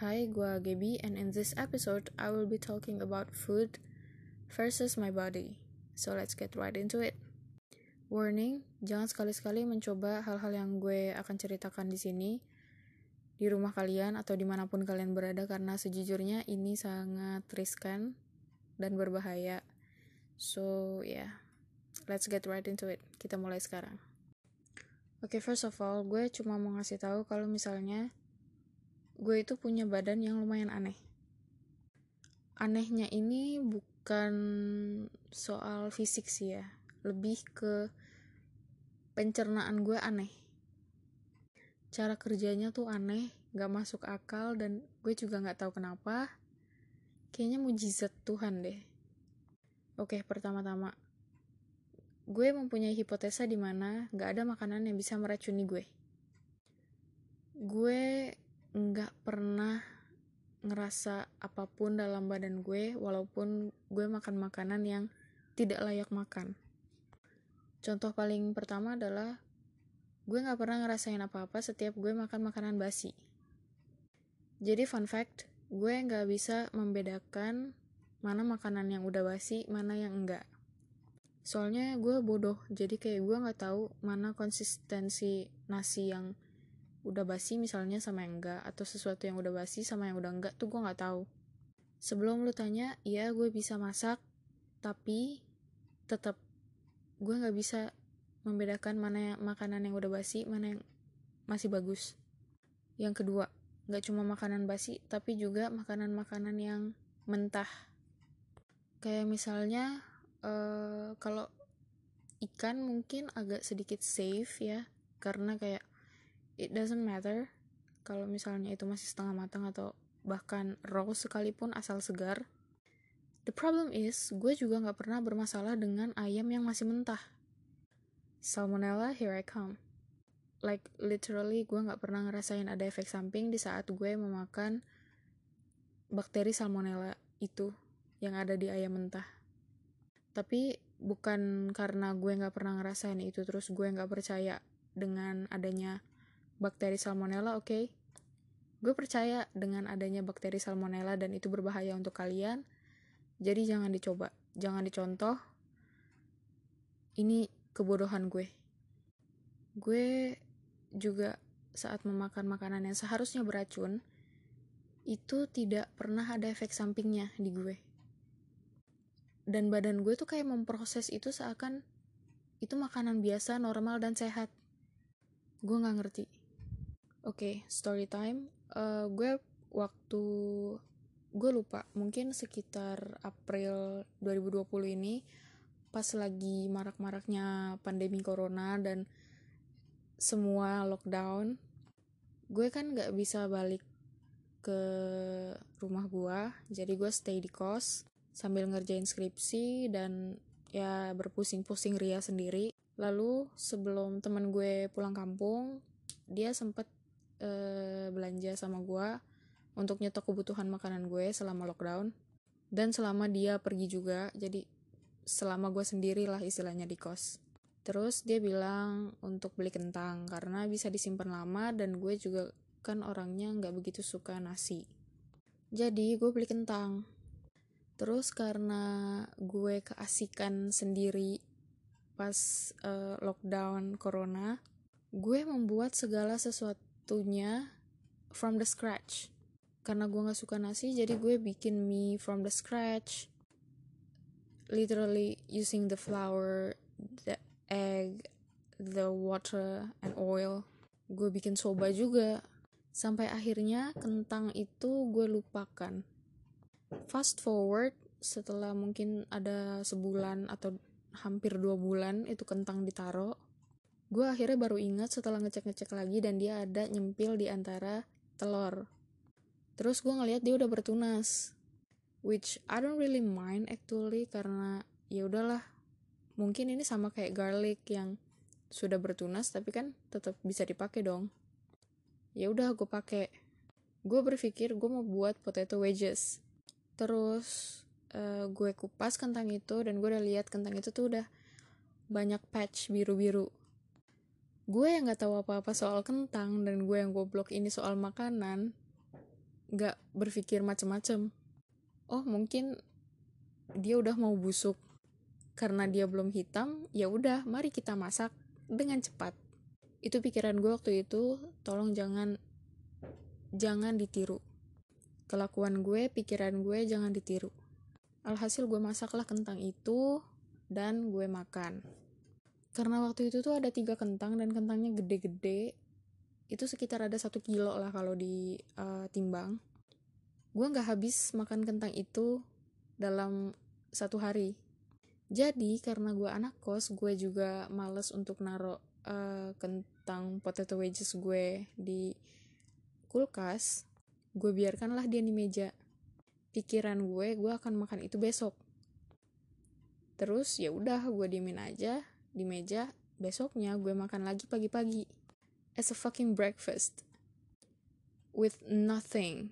Hi, gue Gaby, and in this episode, I will be talking about food versus my body. So let's get right into it. Warning, jangan sekali-sekali mencoba hal-hal yang gue akan ceritakan di sini, di rumah kalian atau dimanapun kalian berada, karena sejujurnya ini sangat riskan dan berbahaya. So yeah, let's get right into it. Kita mulai sekarang. Oke, first of all, gue cuma mau ngasih tahu kalau misalnya gue itu punya badan yang lumayan aneh. Anehnya ini bukan soal fisik sih ya, lebih ke pencernaan gue aneh. Cara kerjanya tuh aneh, gak masuk akal, dan gue juga gak tahu kenapa. Kayaknya mujizat Tuhan deh. Oke, pertama-tama, gue mempunyai hipotesa di mana gak ada makanan yang bisa meracuni gue. Gue gak pernah ngerasa apapun dalam badan gue walaupun gue makan makanan yang tidak layak makan. Contoh paling pertama adalah gue gak pernah ngerasain apa-apa setiap gue makan makanan basi. Jadi fun fact, gue gak bisa membedakan mana makanan yang udah basi, mana yang enggak. Soalnya gue bodoh, jadi kayak gue gak tahu mana konsistensi nasi yang udah basi misalnya sama yang enggak, atau sesuatu yang udah basi sama yang udah enggak tuh gue gak tahu. Sebelum lu tanya, iya gue bisa masak, tapi tetap gue gak bisa membedakan mana makanan yang udah basi, mana yang masih bagus. Yang kedua, gak cuma makanan basi, tapi juga makanan-makanan yang mentah. Kayak misalnya, kalau ikan mungkin agak sedikit safe ya, karena kayak it doesn't matter kalau misalnya itu masih setengah matang atau bahkan raw sekalipun asal segar. The problem is, gue juga gak pernah bermasalah dengan ayam yang masih mentah. Salmonella, here I come. Like literally gue gak pernah ngerasain ada efek samping di saat gue memakan bakteri salmonella itu yang ada di ayam mentah. Tapi bukan karena gue gak pernah ngerasain itu terus gue gak percaya dengan adanya bakteri salmonella, oke? Gue percaya dengan adanya bakteri salmonella dan itu berbahaya untuk kalian. Jadi jangan dicoba, jangan dicontoh. Ini kebodohan gue. Gue juga saat memakan makanan yang seharusnya beracun, itu tidak pernah ada efek sampingnya di gue. Dan badan gue tuh kayak memproses itu seakan itu makanan biasa, normal, dan sehat. Gue gak ngerti. Oke, story time. Gue lupa, mungkin sekitar April 2020 ini, pas lagi marak-maraknya pandemi corona dan semua lockdown, gue kan gak bisa balik ke rumah gue, jadi gue stay di kos sambil ngerjain skripsi dan ya berpusing-pusing ria sendiri. Lalu sebelum teman gue pulang kampung, dia sempet belanja sama gue untuk nyetok kebutuhan makanan gue selama lockdown, dan selama dia pergi juga, jadi selama gue sendiri lah istilahnya di kos. Terus dia bilang untuk beli kentang karena bisa disimpan lama dan gue juga kan orangnya gak begitu suka nasi. Jadi gue beli kentang. Terus karena gue keasikan sendiri pas lockdown corona, gue membuat segala sesuatunya from the scratch. Karena gue gak suka nasi, jadi gue bikin mie from the scratch. Literally using the flour, the egg, the water, and oil. Gue bikin soba juga. Sampai akhirnya kentang itu gue lupakan. Fast forward, setelah mungkin ada sebulan atau hampir 2 bulan itu kentang ditaro, gue akhirnya baru ingat setelah ngecek-ngecek lagi dan dia ada nyempil di antara telur. Terus gue ngeliat dia udah bertunas, which I don't really mind actually, karena ya udahlah, mungkin ini sama kayak garlic yang sudah bertunas tapi kan tetap bisa dipakai dong. Ya udah gue pakai. Gue berpikir gue mau buat potato wedges. Terus gue kupas kentang itu dan gue udah lihat kentang itu tuh udah banyak patch biru-biru. Gue yang nggak tahu apa-apa soal kentang dan gue yang goblok ini soal makanan, nggak berpikir macem-macem. Oh mungkin dia udah mau busuk, karena dia belum hitam, ya udah mari kita masak dengan cepat. Itu pikiran gue waktu itu. Tolong jangan ditiru kelakuan gue, pikiran gue jangan ditiru. Alhasil gue masaklah kentang itu dan gue makan. Karena waktu itu tuh ada 3 kentang dan kentangnya gede-gede, itu sekitar ada 1 kilo lah kalau ditimbang. Gue gak habis makan kentang itu dalam 1 hari. Jadi karena gue anak kos, gue juga males untuk naruh kentang potato wedges gue di kulkas. Gue biarkanlah dia di meja. Pikiran gue akan makan itu besok. Terus ya udah gue diemin aja di meja. Besoknya gue makan lagi pagi-pagi as a fucking breakfast with nothing,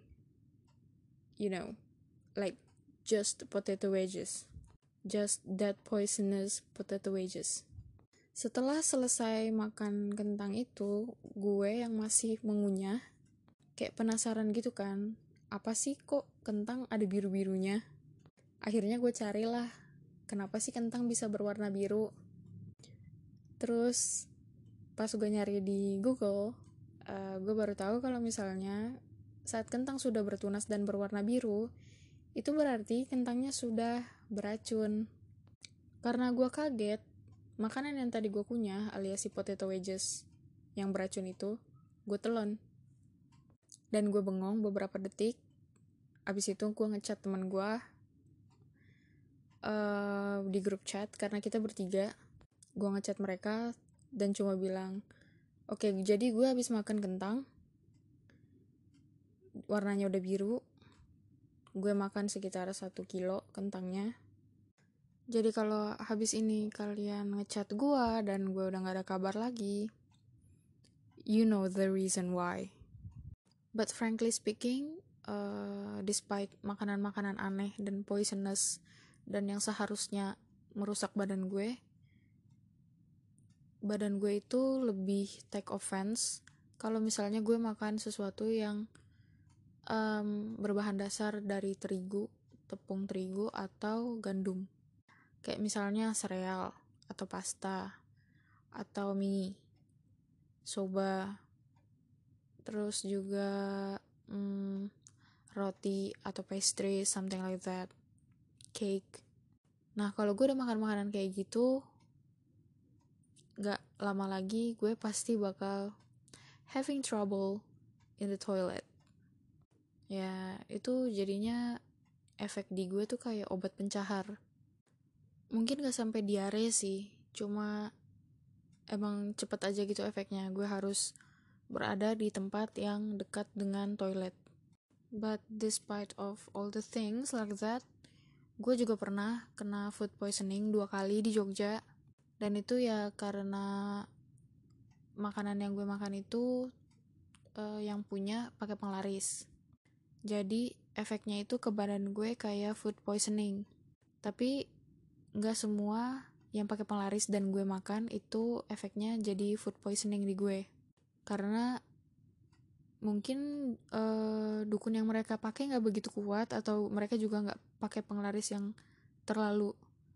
like just potato wedges, just that poisonous potato wedges. Setelah selesai makan kentang itu, gue yang masih mengunyah kayak penasaran gitu kan, apa sih kok kentang ada biru-birunya. Akhirnya gue carilah kenapa sih kentang bisa berwarna biru. Terus pas gue nyari di Google, gue baru tahu kalau misalnya saat kentang sudah bertunas dan berwarna biru, itu berarti kentangnya sudah beracun. Karena gue kaget, makanan yang tadi gue kunyah alias si potato wedges yang beracun itu, gue telan. Dan gue bengong beberapa detik. Abis itu gue ngechat teman gue di grup chat, karena kita bertiga. Gue ngechat mereka dan cuma bilang, oke, jadi gue habis makan kentang, warnanya udah biru. Gue makan sekitar 1 kilo kentangnya. Jadi kalau habis ini kalian ngechat gue dan gue udah gak ada kabar lagi, you know the reason why. But frankly speaking, despite makanan-makanan aneh dan poisonous dan yang seharusnya merusak badan gue itu lebih take offense kalau misalnya gue makan sesuatu yang berbahan dasar dari terigu, tepung terigu atau gandum. Kayak misalnya sereal atau pasta atau mie, soba, terus juga roti atau pastry, something like that, cake. Nah kalau gue udah makan makanan kayak gitu, gak lama lagi gue pasti bakal having trouble in the toilet. Ya itu jadinya efek di gue tuh kayak obat pencahar. Mungkin gak sampai diare sih, cuma emang cepet aja gitu efeknya. Gue harus berada di tempat yang dekat dengan toilet. But despite of all the things like that, gue juga pernah kena food poisoning 2 kali di Jogja. Dan itu ya karena makanan yang gue makan itu yang punya pakai penglaris. Jadi efeknya itu ke badan gue kayak food poisoning. Tapi gak semua yang pakai penglaris dan gue makan itu efeknya jadi food poisoning di gue. Karena mungkin dukun yang mereka pakai gak begitu kuat, atau mereka juga gak pakai penglaris yang terlalu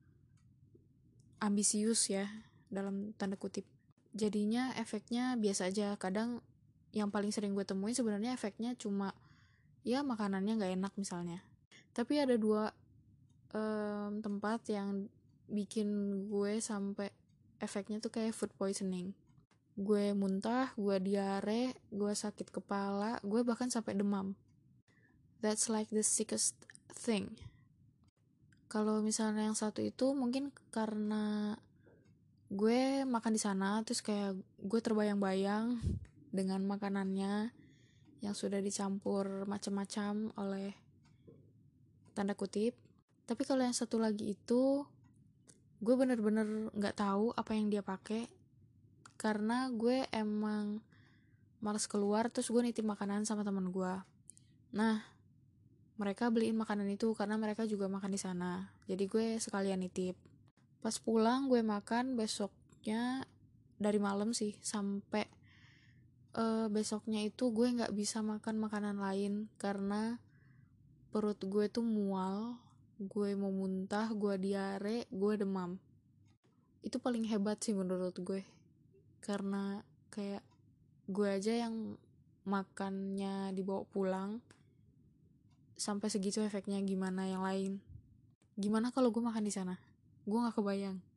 ambisius ya, dalam tanda kutip. Jadinya efeknya biasa aja. Kadang yang paling sering gue temuin sebenarnya efeknya cuma ya makanannya gak enak misalnya. Tapi ada 2 tempat yang bikin gue sampai efeknya tuh kayak food poisoning. Gue muntah, gue diare, gue sakit kepala, gue bahkan sampai demam. That's like the sickest thing. Kalau misalnya yang satu itu mungkin karena gue makan di sana, terus kayak gue terbayang-bayang dengan makanannya yang sudah dicampur macam-macam oleh tanda kutip. Tapi kalau yang satu lagi itu, gue bener-bener nggak tahu apa yang dia pakai, karena gue emang malas keluar, terus gue nitip makanan sama teman gue. Nah, mereka beliin makanan itu karena mereka juga makan di sana. Jadi gue sekalian nitip. Pas pulang gue makan besoknya dari malam sih sampai besoknya itu gue nggak bisa makan makanan lain karena perut gue tuh mual, gue mau muntah, gue diare, gue demam. Itu paling hebat sih menurut gue, karena kayak gue aja yang makannya dibawa pulang sampai segitu efeknya, gimana yang lain? Gimana kalau gue makan di sana? Gue nggak kebayang.